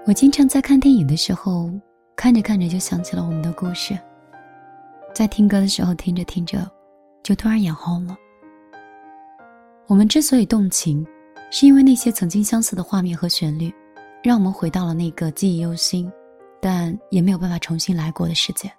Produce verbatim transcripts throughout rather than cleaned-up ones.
我经常在看电影的时候，看着看着就想起了我们的故事，在听歌的时候听着听着就突然眼红了。我们之所以动情，是因为那些曾经相似的画面和旋律，让我们回到了那个记忆犹新但也没有办法重新来过的世界。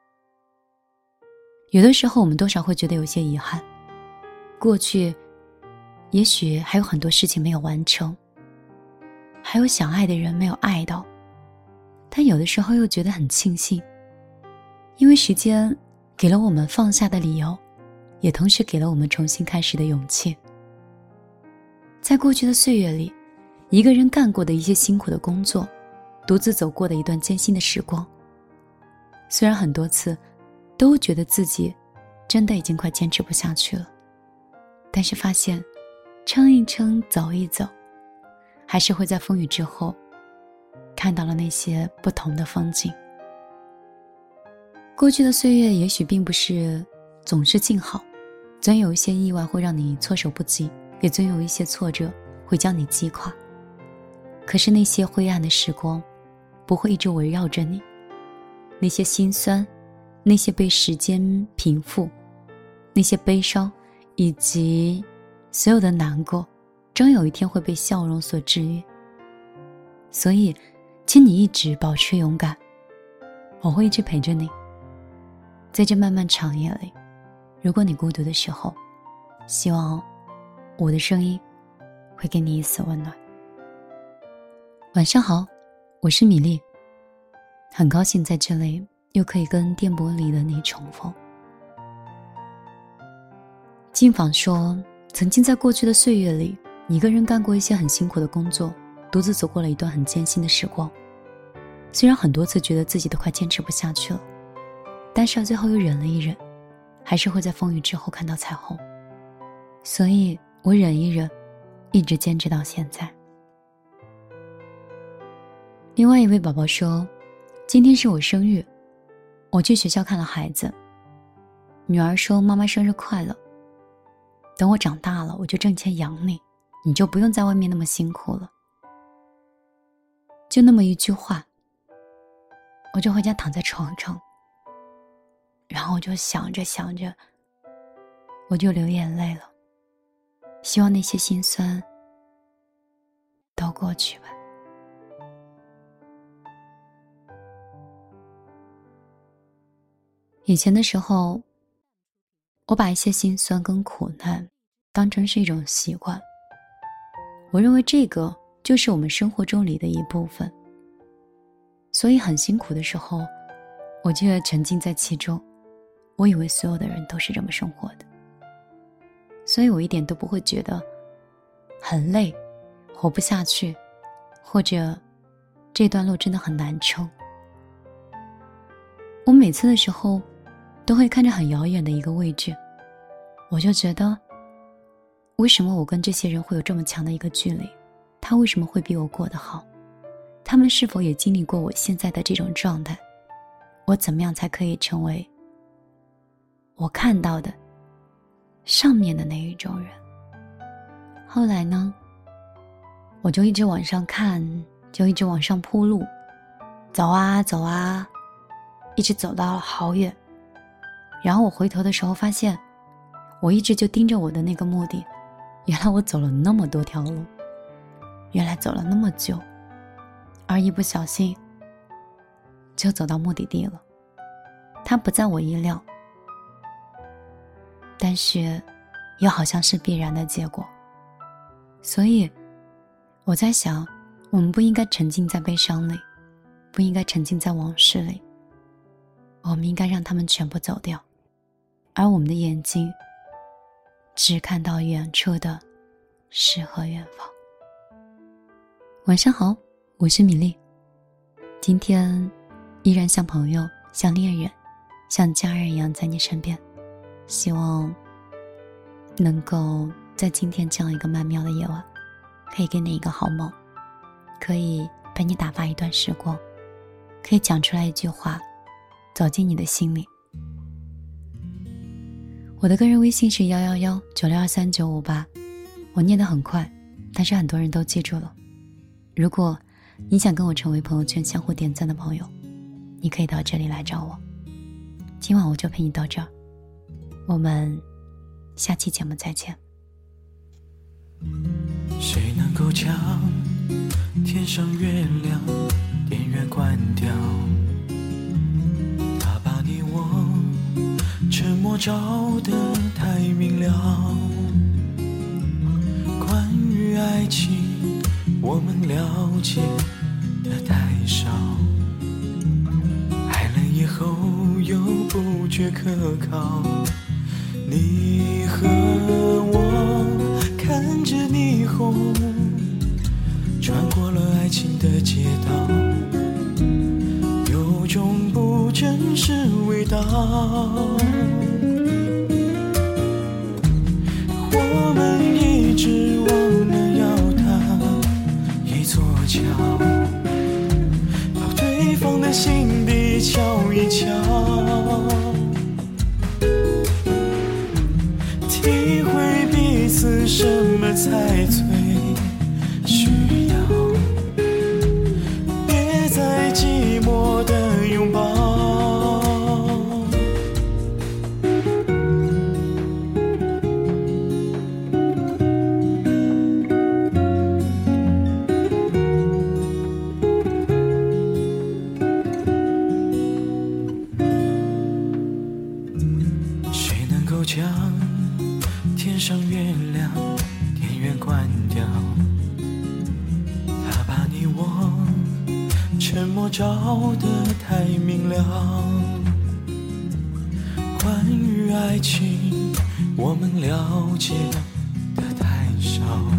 有的时候我们多少会觉得有些遗憾，过去也许还有很多事情没有完成，还有想爱的人没有爱到，但有的时候又觉得很庆幸，因为时间给了我们放下的理由，也同时给了我们重新开始的勇气。在过去的岁月里，一个人干过的一些辛苦的工作，独自走过的一段艰辛的时光，虽然很多次都觉得自己真的已经快坚持不下去了，但是发现撑一撑走一走，还是会在风雨之后看到了那些不同的风景。过去的岁月也许并不是总是静好，总有一些意外会让你措手不及，也总有一些挫折会将你击垮。可是那些灰暗的时光不会一直围绕着你，那些心酸，那些被时间平复，那些悲伤以及所有的难过，终有一天会被笑容所治愈。所以请你一直保持勇敢，我会一直陪着你。在这漫漫长夜里，如果你孤独的时候，希望我的声音会给你一丝温暖。晚上好，我是米粒，很高兴在这里又可以跟电波里的你重逢。金访说，曾经在过去的岁月里，一个人干过一些很辛苦的工作，独自走过了一段很艰辛的时光。虽然很多次觉得自己都快坚持不下去了，但是最后又忍了一忍，还是会在风雨之后看到彩虹。所以我忍一忍，一直坚持到现在。另外一位宝宝说，今天是我生日，我去学校看了孩子，女儿说妈妈生日快乐，等我长大了我就挣钱养你，你就不用在外面那么辛苦了。就那么一句话，我就回家躺在床上，然后我就想着想着，我就流眼泪了。希望那些心酸都过去吧。以前的时候，我把一些心酸跟苦难当成是一种习惯，我认为这个就是我们生活中里的一部分，所以很辛苦的时候，我就会沉浸在其中。我以为所有的人都是这么生活的，所以我一点都不会觉得很累，活不下去，或者这段路真的很难撑。我每次的时候都会看着很遥远的一个位置，我就觉得为什么我跟这些人会有这么强的一个距离，他为什么会比我过得好，他们是否也经历过我现在的这种状态，我怎么样才可以成为我看到的上面的那一种人。后来呢，我就一直往上看，就一直往上铺路，走啊走啊，一直走到了好远。然后我回头的时候发现，我一直就盯着我的那个目的，原来我走了那么多条路，原来走了那么久，而一不小心就走到目的地了。它不在我意料，但是又好像是必然的结果。所以我在想，我们不应该沉浸在悲伤里，不应该沉浸在往事里，我们应该让他们全部走掉，而我们的眼睛只看到远处的诗和远方。晚上好，我是米粒，今天依然像朋友，像恋人，像家人一样在你身边，希望能够在今天这样一个曼妙的夜晚，可以给你一个好梦，可以陪你打发一段时光，可以讲出来一句话，走进你的心里。我的个人微信是幺幺幺九六二三九五八，我念得很快，但是很多人都记住了。如果你想跟我成为朋友圈相互点赞的朋友，你可以到这里来找我。今晚我就陪你到这儿，我们下期节目再见。 谁能够将天上月亮电源关掉？它把你我沉默照得太明了。关于爱情，我们了解的太少，爱了以后又不觉可靠。你和我看着霓虹，穿过了爱情的街道，有种不真实味道。我们一直忘了要搭一座桥，到对方的心底瞧一瞧，体会彼此什么才最需要，别再寂寞的拥抱。谁能够将天上月亮电源关掉？它把你我沉默照得太明了。关于爱情，我们了解的太少，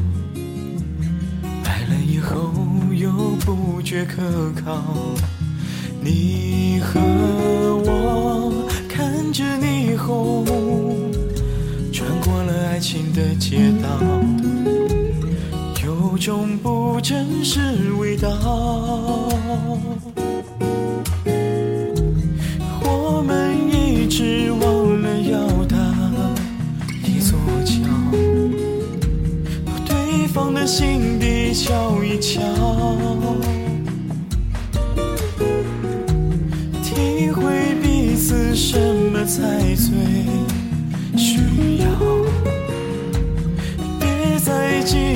爱了以后又不觉可靠。你和我看着霓虹，穿过了爱情的街道，有种不真实味道。我们一直忘了要搭一座桥，到对方的心底瞧一瞧，体会彼此什么才最需要，别再寂